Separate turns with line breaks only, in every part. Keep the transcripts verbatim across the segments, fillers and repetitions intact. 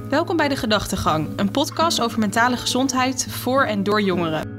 Welkom bij De Gedachtegang, een podcast over mentale gezondheid voor en door jongeren.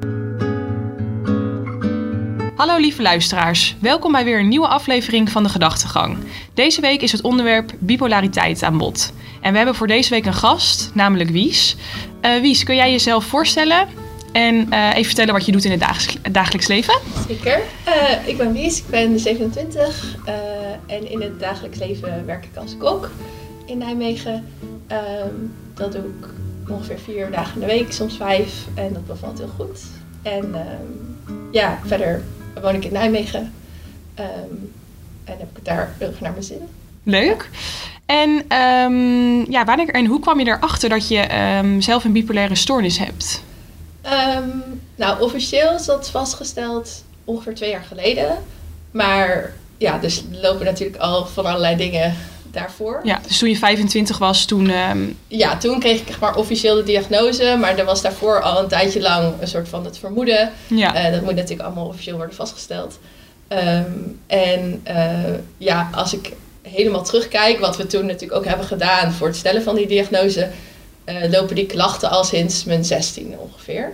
Hallo lieve luisteraars, welkom bij weer een nieuwe aflevering van De Gedachtegang. Deze week is het onderwerp bipolariteit aan bod. En we hebben voor deze week een gast, namelijk Wies. Uh, Wies, kun jij jezelf voorstellen en uh, even vertellen wat je doet in het dagelijks, dagelijks leven?
Zeker. Uh, ik ben Wies, ik ben zevenentwintig uh, en in het dagelijks leven werk ik als kok in Nijmegen. Um, dat doe ik ongeveer vier dagen in de week, soms vijf, en dat bevalt heel goed. En um, ja, verder woon ik in Nijmegen um, en heb ik het daar heel erg naar mijn zin.
Leuk. En um, ja, wanneer en hoe kwam je erachter dat je um, zelf een bipolaire stoornis hebt?
Um, nou, officieel is dat vastgesteld ongeveer twee jaar geleden. Maar ja, dus er lopen natuurlijk al van allerlei dingen daarvoor.
Ja, dus toen je vijfentwintig was, toen... Um...
Ja, toen kreeg ik maar officieel de diagnose. Maar er was daarvoor al een tijdje lang een soort van het vermoeden.
Ja.
Uh, dat moet natuurlijk allemaal officieel worden vastgesteld. Um, en uh, ja, als ik helemaal terugkijk, wat we toen natuurlijk ook hebben gedaan voor het stellen van die diagnose, uh, lopen die klachten al sinds mijn zestiende ongeveer.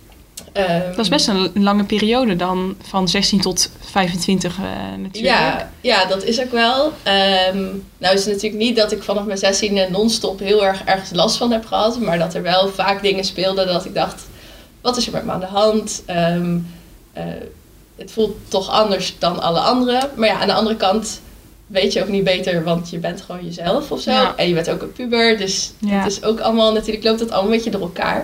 Um,
dat is best een lange periode dan, van zestien tot vijfentwintig uh, natuurlijk.
Ja, ja, dat is ook wel. Um, nou is het natuurlijk niet dat ik vanaf mijn zestiende non-stop heel erg ergens last van heb gehad, maar dat er wel vaak dingen speelden dat ik dacht, wat is er met me aan de hand? Um, uh, het voelt toch anders dan alle anderen. Maar ja, aan de andere kant weet je ook niet beter, want je bent gewoon jezelf of zo. Ja. En je bent ook een puber, dus ja. Het is ook allemaal, natuurlijk loopt dat allemaal een beetje door elkaar.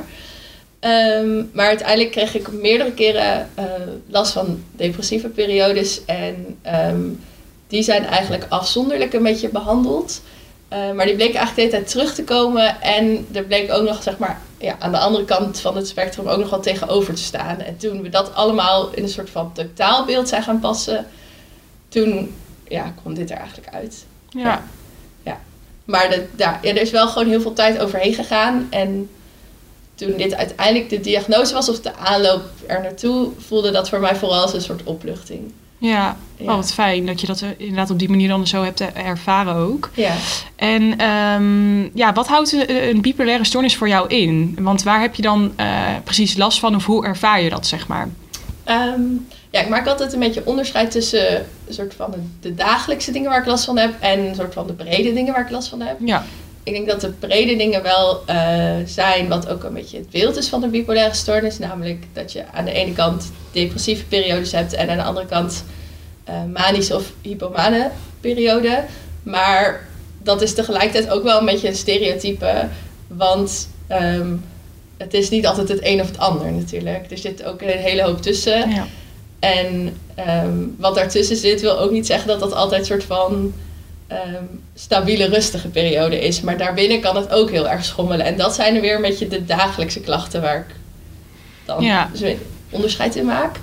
Um, maar uiteindelijk kreeg ik meerdere keren uh, last van depressieve periodes. En um, die zijn eigenlijk afzonderlijk een beetje behandeld. Uh, maar die bleken eigenlijk de hele tijd terug te komen. En er bleek ook nog, zeg maar, ja, aan de andere kant van het spectrum ook nog wat tegenover te staan. En toen we dat allemaal in een soort van totaalbeeld zijn gaan passen, toen ja, kwam dit er eigenlijk uit.
Ja.
Ja, ja. Maar de, ja, er is wel gewoon heel veel tijd overheen gegaan. En toen dit uiteindelijk de diagnose was, of de aanloop er naartoe, voelde dat voor mij vooral als een soort opluchting.
Ja, ja. Oh, wat fijn dat je dat inderdaad op die manier dan zo hebt ervaren ook.
Ja.
En um, ja, wat houdt een bipolaire stoornis voor jou in? Want waar heb je dan uh, precies last van, of hoe ervaar je dat, zeg maar?
Um, ja, ik maak altijd een beetje onderscheid tussen een soort van de, de dagelijkse dingen waar ik last van heb en een soort van de brede dingen waar ik last van heb.
Ja.
Ik denk dat de brede dingen wel uh, zijn wat ook een beetje het beeld is van de bipolaire stoornis. Namelijk dat je aan de ene kant depressieve periodes hebt en aan de andere kant uh, manische of hypomane periode. Maar dat is tegelijkertijd ook wel een beetje een stereotype. Want um, het is niet altijd het een of het ander natuurlijk. Er zit ook een hele hoop tussen.
Ja.
En um, wat daartussen zit wil ook niet zeggen dat dat altijd een soort van Um, stabiele, rustige periode is. Maar daarbinnen kan het ook heel erg schommelen. En dat zijn er weer een beetje de dagelijkse klachten waar ik dan
ja.
dus een onderscheid in maak.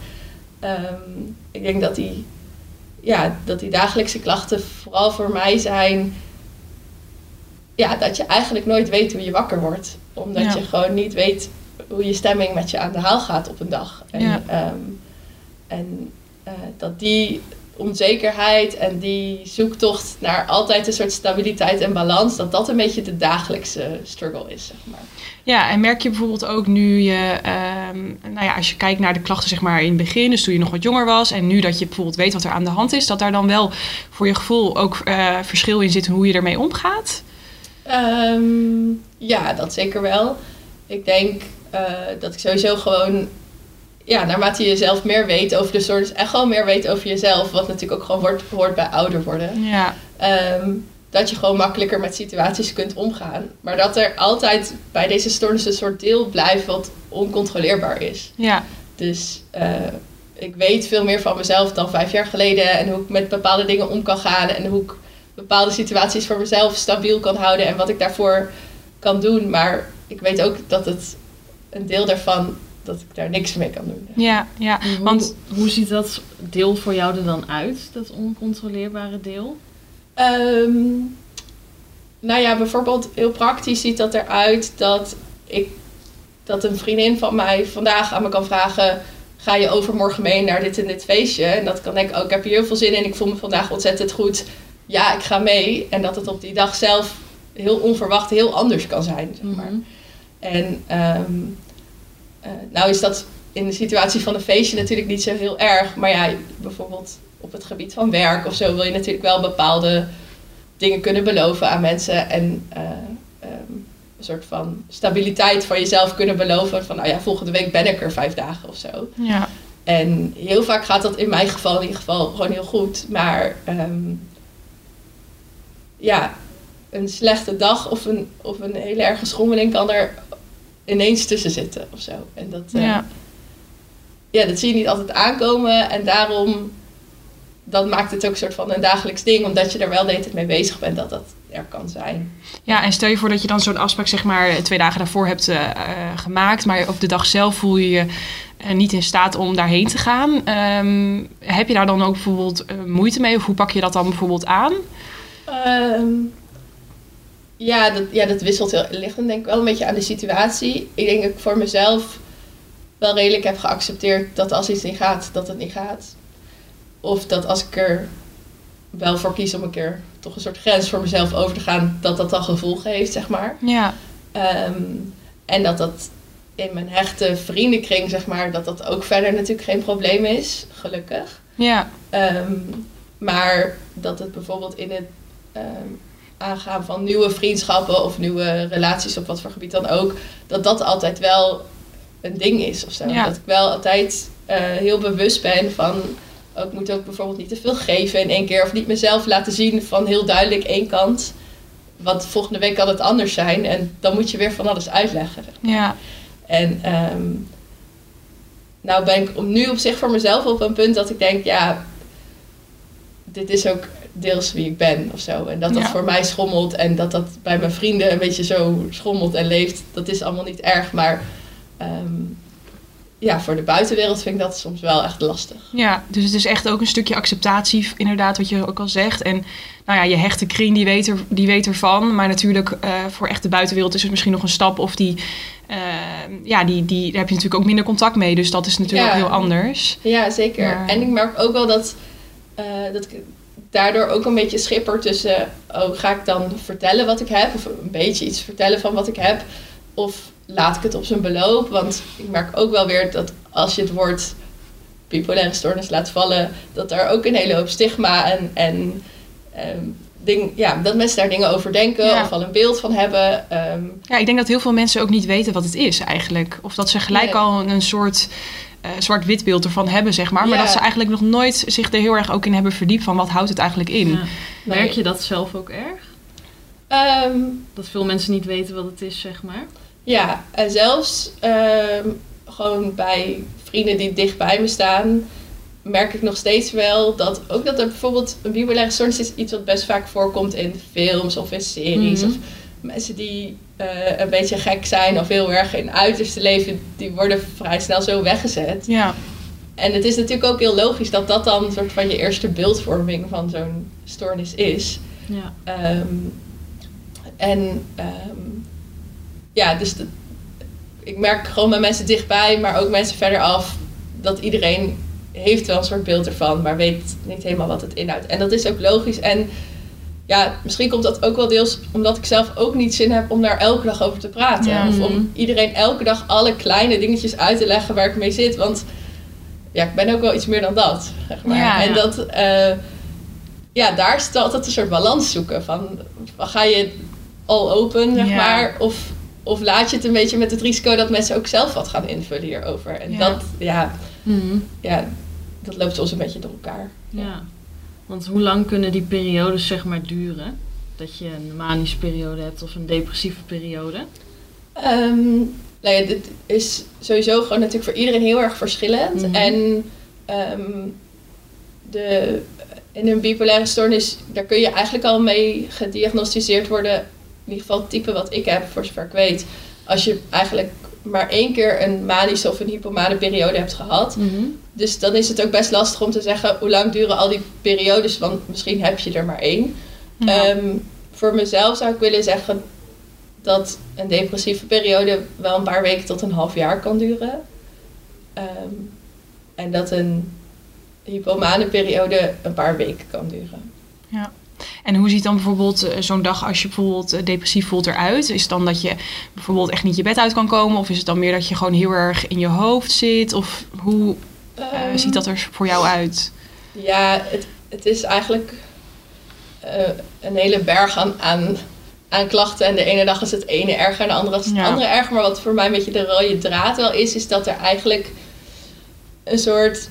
Um, ik denk dat die, ja, dat die dagelijkse klachten vooral voor mij zijn, ja, dat je eigenlijk nooit weet hoe je wakker wordt. Omdat ja. je gewoon niet weet hoe je stemming met je aan de haal gaat op een dag. En,
ja.
um, en uh, dat die onzekerheid en die zoektocht naar altijd een soort stabiliteit en balans, dat dat een beetje de dagelijkse struggle is, zeg maar.
Ja, en merk je bijvoorbeeld ook nu je, um, nou ja, als je kijkt naar de klachten, zeg maar in het begin, dus toen je nog wat jonger was, en nu dat je bijvoorbeeld weet wat er aan de hand is, dat daar dan wel voor je gevoel ook uh, verschil in zit in hoe je ermee omgaat?
Um, ja, dat zeker wel. Ik denk uh, dat ik sowieso gewoon, ja, naarmate je jezelf meer weet over de stoornis en gewoon meer weet over jezelf, wat natuurlijk ook gewoon hoort, hoort bij ouder worden.
Ja.
Um, dat je gewoon makkelijker met situaties kunt omgaan. Maar dat er altijd bij deze stoornis een soort deel blijft wat oncontroleerbaar is.
Ja.
Dus uh, ik weet veel meer van mezelf dan vijf jaar geleden en hoe ik met bepaalde dingen om kan gaan en hoe ik bepaalde situaties voor mezelf stabiel kan houden en wat ik daarvoor kan doen. Maar ik weet ook dat het een deel daarvan, dat ik daar niks mee kan doen.
Ja, ja.
Hoe,
Want
hoe ziet dat deel voor jou er dan uit, dat oncontroleerbare deel?
Um, nou ja, bijvoorbeeld heel praktisch ziet dat eruit dat ik dat een vriendin van mij vandaag aan me kan vragen, ga je overmorgen mee naar dit en dit feestje? En dat kan ik ook, ik heb hier heel veel zin in, ik voel me vandaag ontzettend goed. Ja, ik ga mee. En dat het op die dag zelf heel onverwacht heel anders kan zijn, zeg maar.
Mhm.
En um, uh, nou is dat in de situatie van een feestje natuurlijk niet zo heel erg. Maar ja, bijvoorbeeld op het gebied van werk of zo wil je natuurlijk wel bepaalde dingen kunnen beloven aan mensen. En uh, um, een soort van stabiliteit van jezelf kunnen beloven. Van nou ja, volgende week ben ik er vijf dagen of zo.
Ja.
En heel vaak gaat dat in mijn geval in ieder geval gewoon heel goed. Maar um, ja, een slechte dag of een, of een hele erge schommeling kan er ineens tussen zitten of zo. En dat, uh,
Ja.
ja, dat zie je niet altijd aankomen. En daarom, dat maakt het ook een soort van een dagelijks ding. Omdat je er wel de hele tijd mee bezig bent dat dat er kan zijn.
Ja, en stel je voor dat je dan zo'n afspraak zeg maar twee dagen daarvoor hebt uh, gemaakt. Maar op de dag zelf voel je je uh, niet in staat om daarheen te gaan. Um, heb je daar dan ook bijvoorbeeld uh, moeite mee? Of hoe pak je dat dan bijvoorbeeld aan?
Um, ja, dat, ja, dat wisselt heel licht. Denk ik wel een beetje aan de situatie. Ik denk dat ik voor mezelf wel redelijk heb geaccepteerd dat als iets niet gaat, dat het niet gaat. Of dat als ik er wel voor kies om een keer toch een soort grens voor mezelf over te gaan, dat dat dan gevolgen heeft, zeg maar.
Ja.
Um, en dat dat in mijn hechte vriendenkring, zeg maar, dat dat ook verder natuurlijk geen probleem is, gelukkig.
Ja.
Um, maar dat het bijvoorbeeld in het um, aangaan van nieuwe vriendschappen of nieuwe relaties op wat voor gebied dan ook, dat dat altijd wel een ding is of zo.
Ja.
Dat ik wel altijd uh, heel bewust ben van, oh, ik moet ook bijvoorbeeld niet te veel geven in één keer of niet mezelf laten zien van heel duidelijk één kant. Want volgende week kan het anders zijn en dan moet je weer van alles uitleggen.
Ja.
En um, nou ben ik nu op zich voor mezelf op een punt dat ik denk, ja, dit is ook deels wie ik ben of zo. En dat dat
Ja.
voor mij schommelt en dat dat bij mijn vrienden een beetje zo schommelt en leeft, dat is allemaal niet erg. Maar um, ja, voor de buitenwereld vind ik dat soms wel echt lastig.
Ja, dus het is echt ook een stukje acceptatie, inderdaad, wat je ook al zegt. En nou ja, je hechte kring, die weet, er, die weet ervan. Maar natuurlijk, uh, voor echt de buitenwereld is het misschien nog een stap. Of die, uh, ja, die, die, daar heb je natuurlijk ook minder contact mee. Dus dat is natuurlijk
Ja.
ook heel anders.
Ja, zeker.
Maar...
En ik merk ook wel dat, uh, dat ik daardoor ook een beetje schipper tussen, oh, ga ik dan vertellen wat ik heb? Of een beetje iets vertellen van wat ik heb? Of laat ik het op zijn beloop? Want ik merk ook wel weer dat als je het woord bipolaire stoornis laat vallen, dat daar ook een hele hoop stigma en, en um, ding, ja, dat mensen daar dingen over denken
Ja.
of al een beeld van hebben. Um,
Ja, ik denk dat heel veel mensen ook niet weten wat het is eigenlijk. Of dat ze gelijk
Nee.
al een soort uh, zwart-wit beeld ervan hebben, zeg maar. Maar
Ja.
dat ze eigenlijk nog nooit zich er heel erg ook in hebben verdiept van wat houdt het eigenlijk in.
Ja.
Nee.
Merk je dat zelf ook erg?
um,
Dat veel mensen niet weten wat het is, zeg maar?
Ja, en zelfs um, gewoon bij vrienden die dicht bij me staan, merk ik nog steeds wel dat ook dat er bijvoorbeeld een bipolaire stoornis is iets wat best vaak voorkomt in films of in series.
Mhm.
Of mensen die uh, een beetje gek zijn of heel erg in uiterste leven, die worden vrij snel zo weggezet.
Ja,
En het is natuurlijk ook heel logisch dat dat dan een soort van je eerste beeldvorming van zo'n stoornis is.
Ja.
Um, en um, ja, dus de, ik merk gewoon bij mensen dichtbij, maar ook mensen verder af, dat iedereen heeft wel een soort beeld ervan, maar weet niet helemaal wat het inhoudt. En dat is ook logisch. En ja, misschien komt dat ook wel deels omdat ik zelf ook niet zin heb om daar elke dag over te praten.
Ja.
Of om iedereen elke dag alle kleine dingetjes uit te leggen waar ik mee zit. Want ja, ik ben ook wel iets meer dan dat, zeg maar.
Ja,
en
ja.
dat, uh, ja, daar is het altijd een soort balans zoeken. Van, ga je all open, zeg
Ja.
maar, of, of laat je het een beetje met het risico dat mensen ook zelf wat gaan invullen hierover. En
Ja.
dat, ja,
Mhm.
ja, dat loopt soms een beetje door elkaar.
Ja. Want hoe lang kunnen die periodes, zeg maar, duren? Dat je een manische periode hebt of een depressieve periode?
Um, nou ja, dit is sowieso gewoon natuurlijk voor iedereen heel erg verschillend.
Mhm.
En um, de, in een bipolaire stoornis, daar kun je eigenlijk al mee gediagnosticeerd worden. In ieder geval het type wat ik heb, voor zover ik weet. Als je eigenlijk maar één keer een manische of een hypomane periode hebt gehad.
Mhm.
Dus dan is het ook best lastig om te zeggen hoe lang duren al die periodes, want misschien heb je er maar één.
Ja.
Um, voor mezelf zou ik willen zeggen dat een depressieve periode wel een paar weken tot een half jaar kan duren. Um, en dat een hypomane periode een paar weken kan duren.
En hoe ziet dan bijvoorbeeld uh, zo'n dag als je bijvoorbeeld uh, depressief voelt eruit? Is het dan dat je bijvoorbeeld echt niet je bed uit kan komen? Of is het dan meer dat je gewoon heel erg in je hoofd zit? Of hoe uh, um, ziet dat er voor jou uit?
Ja, het, het is eigenlijk uh, een hele berg aan, aan, aan klachten. En de ene dag is het ene erger en de andere is het ja. andere erger. Maar wat voor mij een beetje de rode draad wel is, is dat er eigenlijk een soort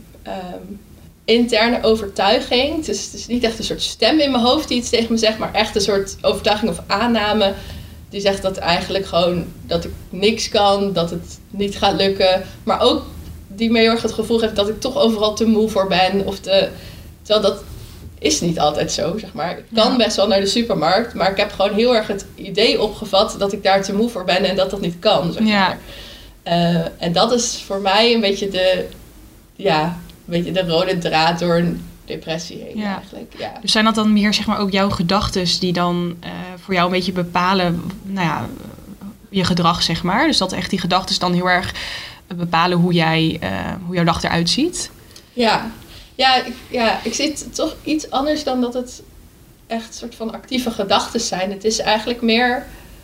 um, interne overtuiging. Dus het is niet echt een soort stem in mijn hoofd die iets tegen me zegt, maar echt een soort overtuiging of aanname die zegt dat eigenlijk gewoon dat ik niks kan, dat het niet gaat lukken. Maar ook die me heel erg het gevoel heeft dat ik toch overal te moe voor ben. Of te, terwijl dat is niet altijd zo, zeg maar. Ik kan ja. best wel naar de supermarkt, maar ik heb gewoon heel erg het idee opgevat dat ik daar te moe voor ben en dat dat niet kan, zeg
ja.
maar. Uh, en dat is voor mij een beetje de, ja, een beetje de rode draad door een depressie heen ja. eigenlijk. Ja.
Dus zijn dat dan meer, zeg maar, ook jouw gedachtes die dan uh, voor jou een beetje bepalen, nou ja, je gedrag, zeg maar? Dus dat echt die gedachtes dan heel erg bepalen hoe jij, uh, hoe jouw dag eruit ziet?
Ja. Ja, ik, ja, ik zie het toch iets anders dan dat het echt een soort van actieve gedachten zijn. Het is eigenlijk meer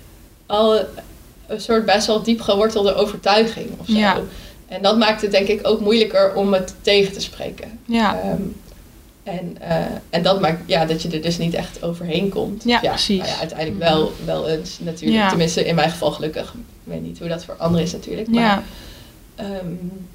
al een soort best wel diep gewortelde overtuiging of zo.
Ja.
En dat maakt het denk ik ook moeilijker om het tegen te spreken.
Ja.
Um, en, uh, en dat maakt ja, dat je er dus niet echt overheen komt.
Ja,
ja
precies.
Nou ja, uiteindelijk wel, wel eens natuurlijk. Ja. Tenminste, in mijn geval gelukkig. Ik weet niet hoe dat voor anderen is natuurlijk. Maar
ja,
um,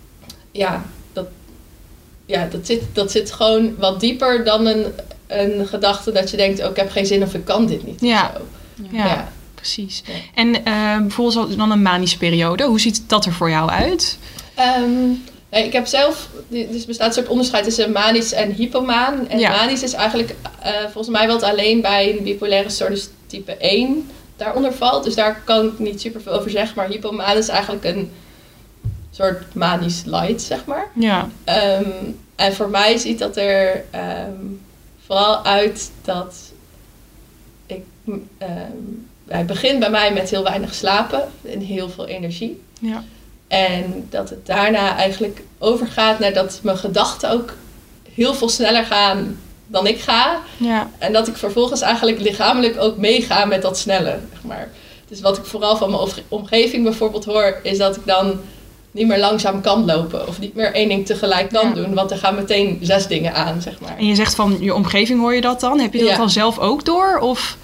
ja dat, ja, dat, zit, dat zit gewoon wat dieper dan een, een gedachte dat je denkt, oh, ik heb geen zin of ik kan dit niet.
Ja,
of zo.
ja. ja. Precies. Ja. En uh, bijvoorbeeld dan een manische periode. Hoe ziet dat er voor jou uit?
Um, nee, ik heb zelf... Dus bestaat een soort onderscheid tussen manisch en hypomaan. En ja. manisch is eigenlijk uh, volgens mij wat alleen bij een bipolaire stoornis type één daaronder valt. Dus daar kan ik niet super veel over zeggen. Maar hypomaan is eigenlijk een soort manisch light, zeg maar.
Ja.
Um, en voor mij ziet dat er um, vooral uit dat ik... Um, Het begint bij mij met heel weinig slapen en heel veel energie.
Ja.
En dat het daarna eigenlijk overgaat naar dat mijn gedachten ook heel veel sneller gaan dan ik ga.
Ja.
En dat ik vervolgens eigenlijk lichamelijk ook meega met dat snelle. Zeg maar. Dus wat ik vooral van mijn omgeving bijvoorbeeld hoor, is dat ik dan niet meer langzaam kan lopen. Of niet meer één ding tegelijk kan ja. doen. Want er gaan meteen zes dingen aan, zeg maar.
En je zegt van je omgeving, hoor je dat dan? Heb je dat ja. dan zelf ook door? Of...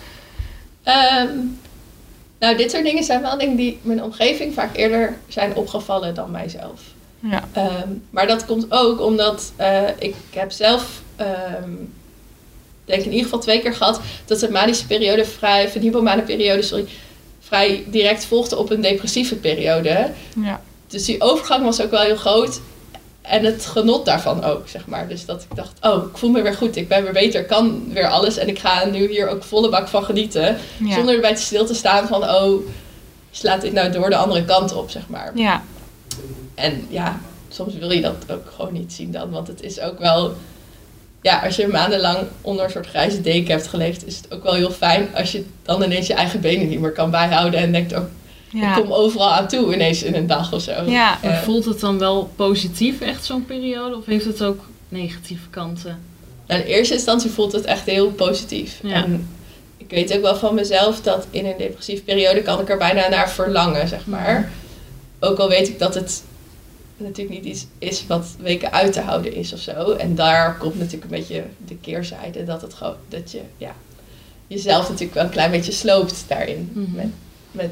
Um, nou, dit soort dingen zijn wel dingen die mijn omgeving vaak eerder zijn opgevallen dan mijzelf.
Ja.
Um, maar dat komt ook omdat uh, ik heb zelf, um, denk ik in ieder geval twee keer gehad, dat de manische periode vrij, of een hypomane periode, sorry, vrij direct volgde op een depressieve periode.
Ja.
Dus die overgang was ook wel heel groot. En het genot daarvan ook, zeg maar. Dus dat ik dacht, oh, ik voel me weer goed. Ik ben weer beter, kan weer alles. En ik ga nu hier ook volle bak van genieten. Ja. Zonder erbij te stil te staan van, oh, slaat dit nou door de andere kant op, zeg maar.
Ja.
En ja, soms wil je dat ook gewoon niet zien dan. Want het is ook wel... Ja, als je maandenlang onder een soort grijze deken hebt geleefd, is het ook wel heel fijn als je dan ineens je eigen benen niet meer kan bijhouden. En denkt, oh,
ja.
ik kom overal aan toe ineens in een dag of zo.
Ja.
Uh, voelt het dan wel positief echt zo'n periode? Of heeft het ook negatieve kanten?
Nou, in eerste instantie voelt het echt heel positief.
Ja.
En ik weet ook wel van mezelf dat in een depressieve periode kan ik er bijna naar verlangen, zeg maar. Mm. Ook al weet ik dat het natuurlijk niet iets is wat weken uit te houden is of zo. En daar komt natuurlijk een beetje de keerzijde dat het gewoon, dat je ja, jezelf natuurlijk wel een klein beetje sloopt daarin. Mm-hmm. Met, met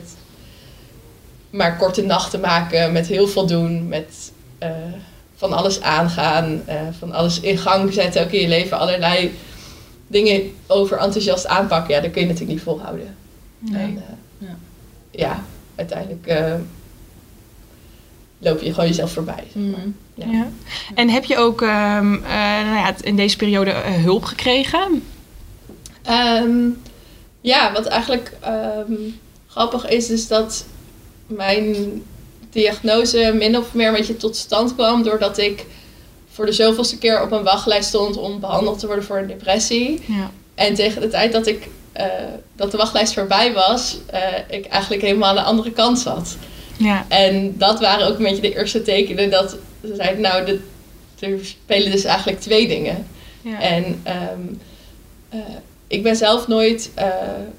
maar korte nachten maken, met heel veel doen, met uh, van alles aangaan, uh, van alles in gang zetten, ook in je leven, allerlei dingen over enthousiast aanpakken. Ja, dat kun je natuurlijk niet volhouden.
Nee.
En, uh,
ja.
ja, uiteindelijk uh, loop je gewoon jezelf voorbij. Zeg maar.
Mm. Ja. Ja. En heb je ook um, uh, nou ja, in deze periode uh, hulp gekregen?
Um, ja, wat eigenlijk um, grappig is, is dat mijn diagnose min of meer een beetje tot stand kwam doordat ik voor de zoveelste keer op een wachtlijst stond om behandeld te worden voor een depressie.
Ja.
En tegen de tijd dat ik uh, dat de wachtlijst voorbij was, uh, ik eigenlijk helemaal aan de andere kant zat.
Ja.
En dat waren ook een beetje de eerste tekenen dat ze zeiden, nou, de, er spelen dus eigenlijk twee dingen.
Ja.
En um, uh, ik ben zelf nooit... Uh,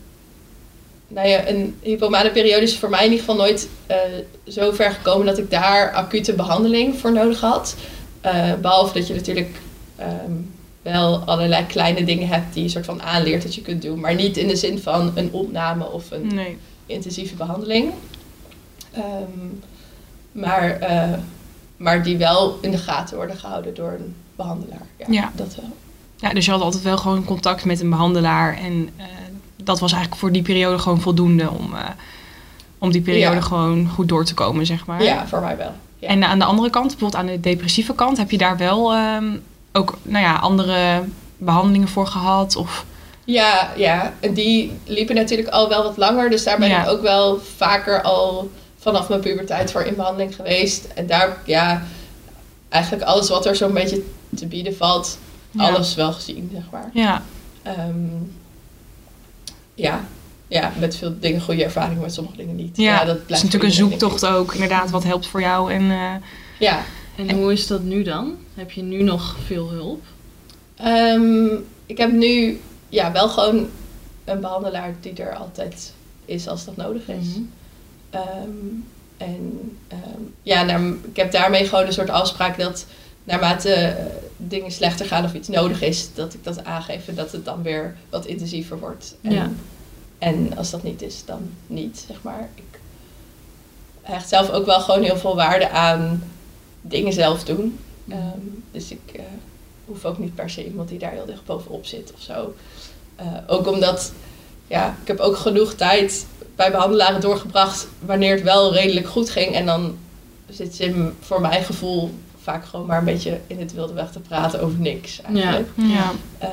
nou ja, een hypomane periode is voor mij in ieder geval nooit uh, zo ver gekomen dat ik daar acute behandeling voor nodig had. Uh, behalve dat je natuurlijk um, wel allerlei kleine dingen hebt die je soort van aanleert dat je kunt doen. Maar niet in de zin van een opname of een nee. intensieve behandeling. Um, maar, uh, maar die wel in de gaten worden gehouden door een behandelaar. Ja,
ja.
Dat wel.
Ja, dus je had altijd wel gewoon contact met een behandelaar. En uh, dat was eigenlijk voor die periode gewoon voldoende om, uh, om die periode ja. gewoon goed door te komen, zeg maar.
Ja, voor mij wel. Ja.
En aan de andere kant, bijvoorbeeld aan de depressieve kant, heb je daar wel um, ook nou ja, andere behandelingen voor gehad? Of...
Ja, ja, en die liepen natuurlijk al wel wat langer. Dus daar ben ja. ik ook wel vaker al vanaf mijn puberteit voor in behandeling geweest. En daar, ja, eigenlijk alles wat er zo'n beetje te bieden valt, ja. alles wel gezien, zeg maar.
Ja.
Um, ja. Ja, met veel dingen goede ervaringen, met sommige dingen niet.
Ja, ja dat blijft is natuurlijk een zoektocht ook, inderdaad, wat helpt voor jou. En, uh,
ja.
En hoe is dat nu dan? Heb je nu nog veel hulp?
Um, ik heb nu ja, wel gewoon een behandelaar die er altijd is als dat nodig is. Mm-hmm. Um, en um, ja, naar, ik heb daarmee gewoon een soort afspraak dat naarmate uh, dingen slechter gaan of iets nodig is, dat ik dat aangeef en dat het dan weer wat intensiever wordt. En,
ja.
en als dat niet is, dan niet, zeg maar. Ik hecht zelf ook wel gewoon heel veel waarde aan dingen zelf doen. Um, dus ik uh, hoef ook niet per se iemand die daar heel dicht bovenop zit of zo. Uh, ook omdat, ja, ik heb ook genoeg tijd bij behandelaren doorgebracht wanneer het wel redelijk goed ging. En dan zit ze voor mijn gevoel vaak gewoon maar een beetje in het wilde weg te praten over niks eigenlijk.
Ja. Ja.
Uh,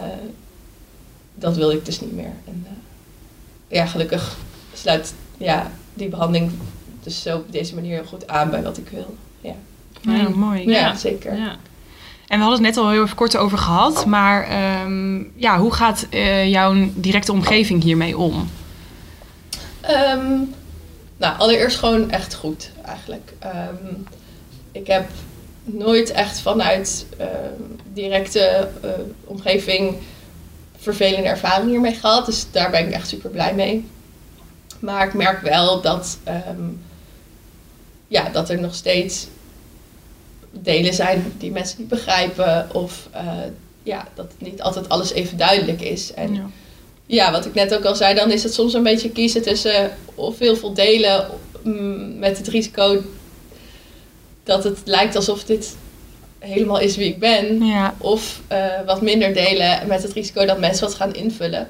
dat wil ik dus niet meer. En, uh, ja, gelukkig sluit ja, die behandeling dus zo op deze manier heel goed aan bij wat ik wil. Ja,
ja mooi.
Ja,
ja.
zeker.
Ja. En we hadden het net al heel even kort over gehad, maar um, ja, hoe gaat uh, jouw directe omgeving hiermee om?
Um, nou, allereerst gewoon echt goed eigenlijk. Um, ik heb nooit echt vanuit uh, directe uh, omgeving vervelende ervaring hiermee gehad. Dus daar ben ik echt super blij mee. Maar ik merk wel dat, um, ja, dat er nog steeds delen zijn die mensen niet begrijpen. Of uh, ja, dat niet altijd alles even duidelijk is. En ja. ja, wat ik net ook al zei, dan is het soms een beetje kiezen tussen of heel veel delen um, met het risico dat het lijkt alsof dit helemaal is wie ik ben.
Ja.
Of uh, wat minder delen met het risico dat mensen wat gaan invullen.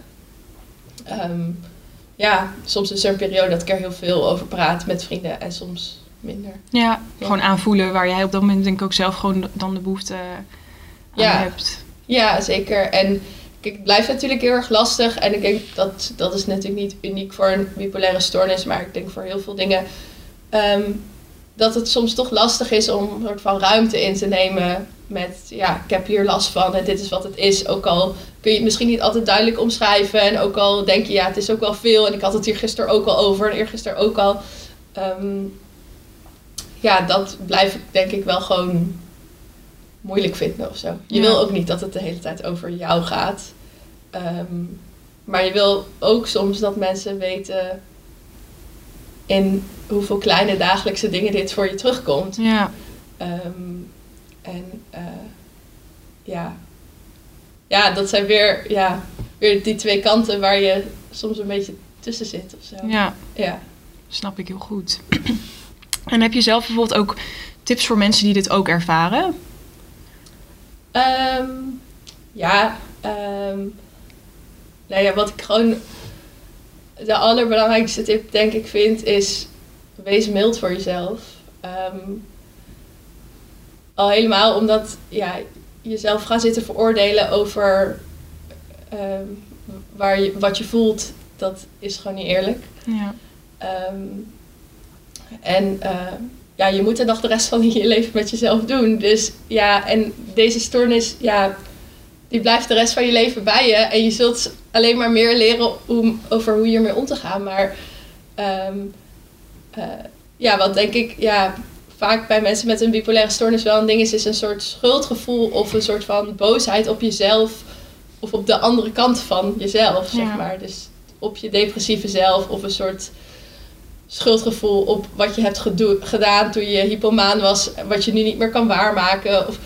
Um, ja, soms is er een periode dat ik er heel veel over praat met vrienden en soms minder.
Ja,
ja.
gewoon aanvoelen waar jij op dat moment denk ik ook zelf gewoon dan de behoefte aan
ja.
hebt.
Ja, zeker. En kijk, het blijft natuurlijk heel erg lastig. En ik denk dat dat is natuurlijk niet uniek voor een bipolaire stoornis, maar ik denk voor heel veel dingen Um, dat het soms toch lastig is om een soort van ruimte in te nemen met, ja, ik heb hier last van en dit is wat het is. Ook al kun je het misschien niet altijd duidelijk omschrijven en ook al denk je, ja, het is ook wel veel en ik had het hier gisteren ook al over en eergisteren ook al. Um, ja, dat blijf ik denk ik wel gewoon moeilijk vinden of zo. Je ja. wil ook niet dat het de hele tijd over jou gaat. Um, maar je wil ook soms dat mensen weten in hoeveel kleine dagelijkse dingen dit voor je terugkomt.
Ja.
Um, en uh, ja. Ja, dat zijn weer, ja, weer die twee kanten waar je soms een beetje tussen zit of zo.
Ja.
Ja.
Snap ik heel goed. En heb je zelf bijvoorbeeld ook tips voor mensen die dit ook ervaren?
Um, ja. Um, nou ja, wat ik gewoon de allerbelangrijkste tip denk ik vind is wees mild voor jezelf. Um, al helemaal omdat ja, jezelf gaan zitten veroordelen over um, waar je, wat je voelt, dat is gewoon niet eerlijk.
Ja.
Um, en uh, ja, je moet er nog de rest van je leven met jezelf doen. Dus ja, en deze stoornis, ja, die blijft de rest van je leven bij je. En je zult alleen maar meer leren om, over hoe je ermee om te gaan. Maar um, uh, ja, wat denk ik ja, vaak bij mensen met een bipolaire stoornis wel een ding is, is een soort schuldgevoel of een soort van boosheid op jezelf. of op de andere kant van jezelf, zeg
Ja.
maar. Dus op je depressieve zelf of een soort schuldgevoel op wat je hebt gedo- gedaan toen je hypomaan was, wat je nu niet meer kan waarmaken. Of,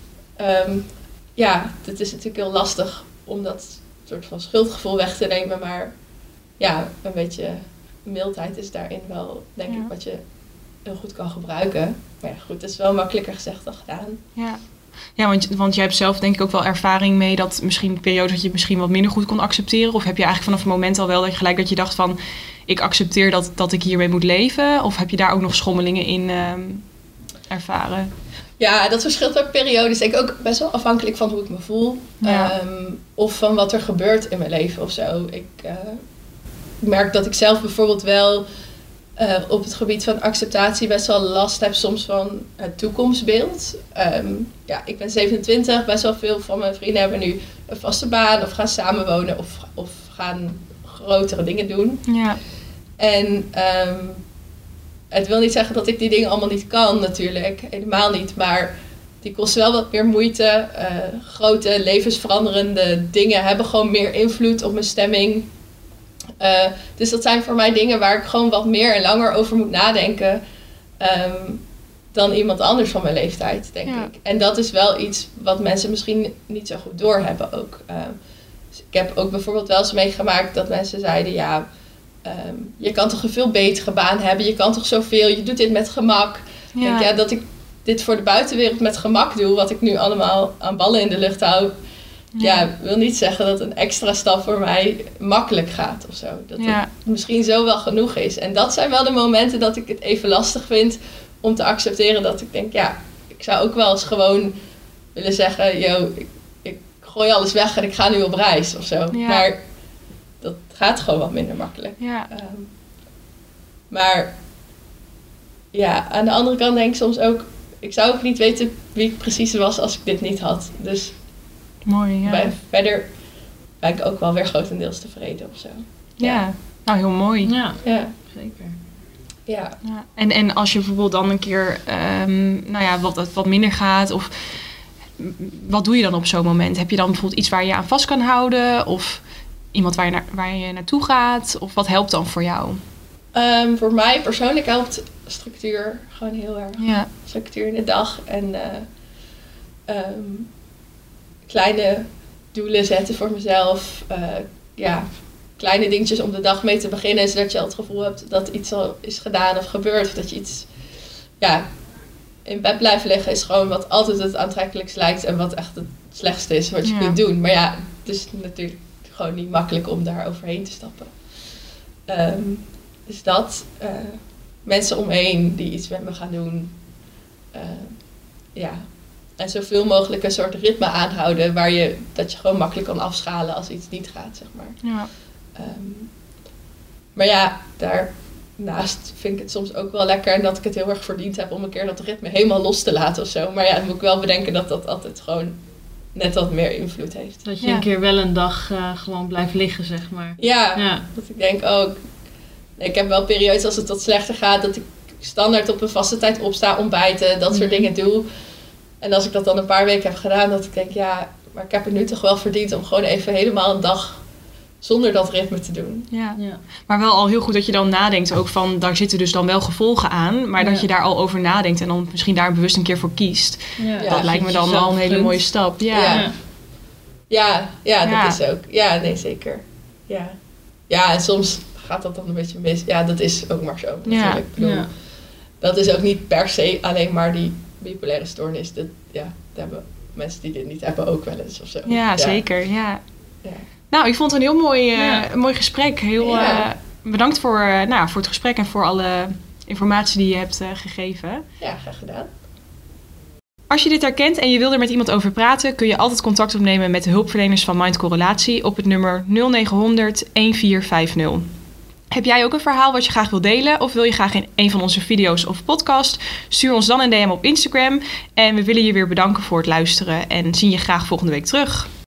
um, ja, het is natuurlijk heel lastig om dat soort van schuldgevoel weg te nemen, maar ja, een beetje mildheid is daarin wel, denk
Ja.
ik, wat je heel goed kan gebruiken. Maar ja, goed, het is wel makkelijker gezegd dan gedaan.
Ja, ja want, want jij hebt zelf denk ik ook wel ervaring mee dat misschien een periode dat je het misschien wat minder goed kon accepteren. Of heb je eigenlijk vanaf het moment al wel dat je gelijk dat je dacht van, ik accepteer dat, dat ik hiermee moet leven? Of heb je daar ook nog schommelingen in um, ervaren?
Ja, dat verschilt per periodes. Denk ik ook best wel afhankelijk van hoe ik me voel.
Ja.
Um, of van wat er gebeurt in mijn leven of zo. Ik uh, merk dat ik zelf bijvoorbeeld wel uh, op het gebied van acceptatie best wel last heb soms van het toekomstbeeld. Um, ja, ik ben zevenentwintig. Best wel veel van mijn vrienden hebben nu een vaste baan of gaan samenwonen of, of gaan grotere dingen doen.
Ja.
En um, het wil niet zeggen dat ik die dingen allemaal niet kan natuurlijk, helemaal niet. Maar die kosten wel wat meer moeite. Uh, grote levensveranderende dingen hebben gewoon meer invloed op mijn stemming. Uh, dus dat zijn voor mij dingen waar ik gewoon wat meer en langer over moet nadenken. Um, dan iemand anders van mijn leeftijd, denk
Ja.
ik. En dat is wel iets wat mensen misschien niet zo goed doorhebben ook. Uh, dus ik heb ook bijvoorbeeld wel eens meegemaakt dat mensen zeiden, ja, Um, je kan toch een veel betere baan hebben. Je kan toch zoveel. Je doet dit met gemak.
Ja.
Ik denk, ja, dat ik dit voor de buitenwereld met gemak doe. Wat ik nu allemaal aan ballen in de lucht hou. Ja, ja wil niet zeggen dat een extra stap voor mij makkelijk gaat of zo. Dat
Ja.
het misschien zo wel genoeg is. En dat zijn wel de momenten dat ik het even lastig vind om te accepteren dat ik denk, ja, ik zou ook wel eens gewoon willen zeggen, yo, ik, ik gooi alles weg en ik ga nu op reis of zo.
Ja.
Maar dat gaat gewoon wat minder makkelijk.
Ja.
Um, maar ja, aan de andere kant denk ik soms ook, ik zou ook niet weten wie ik precies was als ik dit niet had. Dus
Mooi, ja.
bij, verder ben ik ook wel weer grotendeels tevreden of zo.
Ja. ja, nou heel mooi.
Ja,
Ja.
zeker.
Ja.
Ja. En, en als je bijvoorbeeld dan een keer, um, nou ja, wat, wat minder gaat, of wat doe je dan op zo'n moment? Heb je dan bijvoorbeeld iets waar je aan vast kan houden? Of iemand waar je, naar, waar je naartoe gaat? Of wat helpt dan voor jou?
Um, voor mij persoonlijk helpt structuur gewoon heel erg.
Ja.
Structuur in de dag en uh, um, kleine doelen zetten voor mezelf. Uh, ja, kleine dingetjes om de dag mee te beginnen, zodat je al het gevoel hebt dat iets al is gedaan of gebeurd. Of dat je iets, ja, in bed blijven liggen is gewoon wat altijd het aantrekkelijkst lijkt en wat echt het slechtste is wat je
Ja.
kunt doen. Maar ja, het is natuurlijk gewoon niet makkelijk om daar overheen te stappen. Um, dus dat, uh, mensen omheen die iets met me gaan doen. Uh, ja, en zoveel mogelijk een soort ritme aanhouden waar je, dat je gewoon makkelijk kan afschalen als iets niet gaat, zeg maar.
Ja.
Um, maar ja, daarnaast vind ik het soms ook wel lekker en dat ik het heel erg verdiend heb om een keer dat ritme helemaal los te laten of zo. Maar ja, dan moet ik wel bedenken dat dat altijd gewoon net wat meer invloed heeft.
Dat je
Ja.
een keer wel een dag uh, gewoon blijft liggen, zeg maar.
Ja,
Ja.
dat ik denk, oh, ik, ik heb wel periodes als het wat slechter gaat, dat ik standaard op een vaste tijd opsta, ontbijten, dat soort
Mhm.
dingen doe. En als ik dat dan een paar weken heb gedaan, dat ik denk, ja, maar ik heb het nu toch wel verdiend om gewoon even helemaal een dag zonder dat ritme te doen.
Ja.
Ja.
Maar wel al heel goed dat je dan nadenkt ook van, daar zitten dus dan wel gevolgen aan. Maar
Ja.
dat je daar al over nadenkt en dan misschien daar bewust een keer voor kiest.
Ja.
Ja,
dat lijkt me dan al een hele mooie stap. Ja.
Ja.
Ja.
Ja, ja, dat
Ja.
is ook. Ja, nee, zeker. Ja. Ja, en soms gaat dat dan een beetje mis. Ja, dat is ook maar zo. Natuurlijk.
Ja.
Ik bedoel,
Ja.
dat is ook niet per se alleen maar die bipolaire stoornis. Dat, ja, dat hebben mensen die dit niet hebben ook wel eens of zo.
Ja, zeker. Ja.
Ja.
Nou, ik vond het een heel mooi, uh,
Ja.
een mooi gesprek. Heel
Ja.
uh, bedankt voor, uh, nou, voor het gesprek en voor alle informatie die je hebt uh, gegeven.
Ja, graag gedaan.
Als je dit herkent en je wil er met iemand over praten, kun je altijd contact opnemen met de hulpverleners van Mind Correlatie op het nummer nul negen honderd viertien vijftig. Heb jij ook een verhaal wat je graag wil delen of wil je graag in een van onze video's of podcast? Stuur ons dan een D M op Instagram en we willen je weer bedanken voor het luisteren en zien je graag volgende week terug.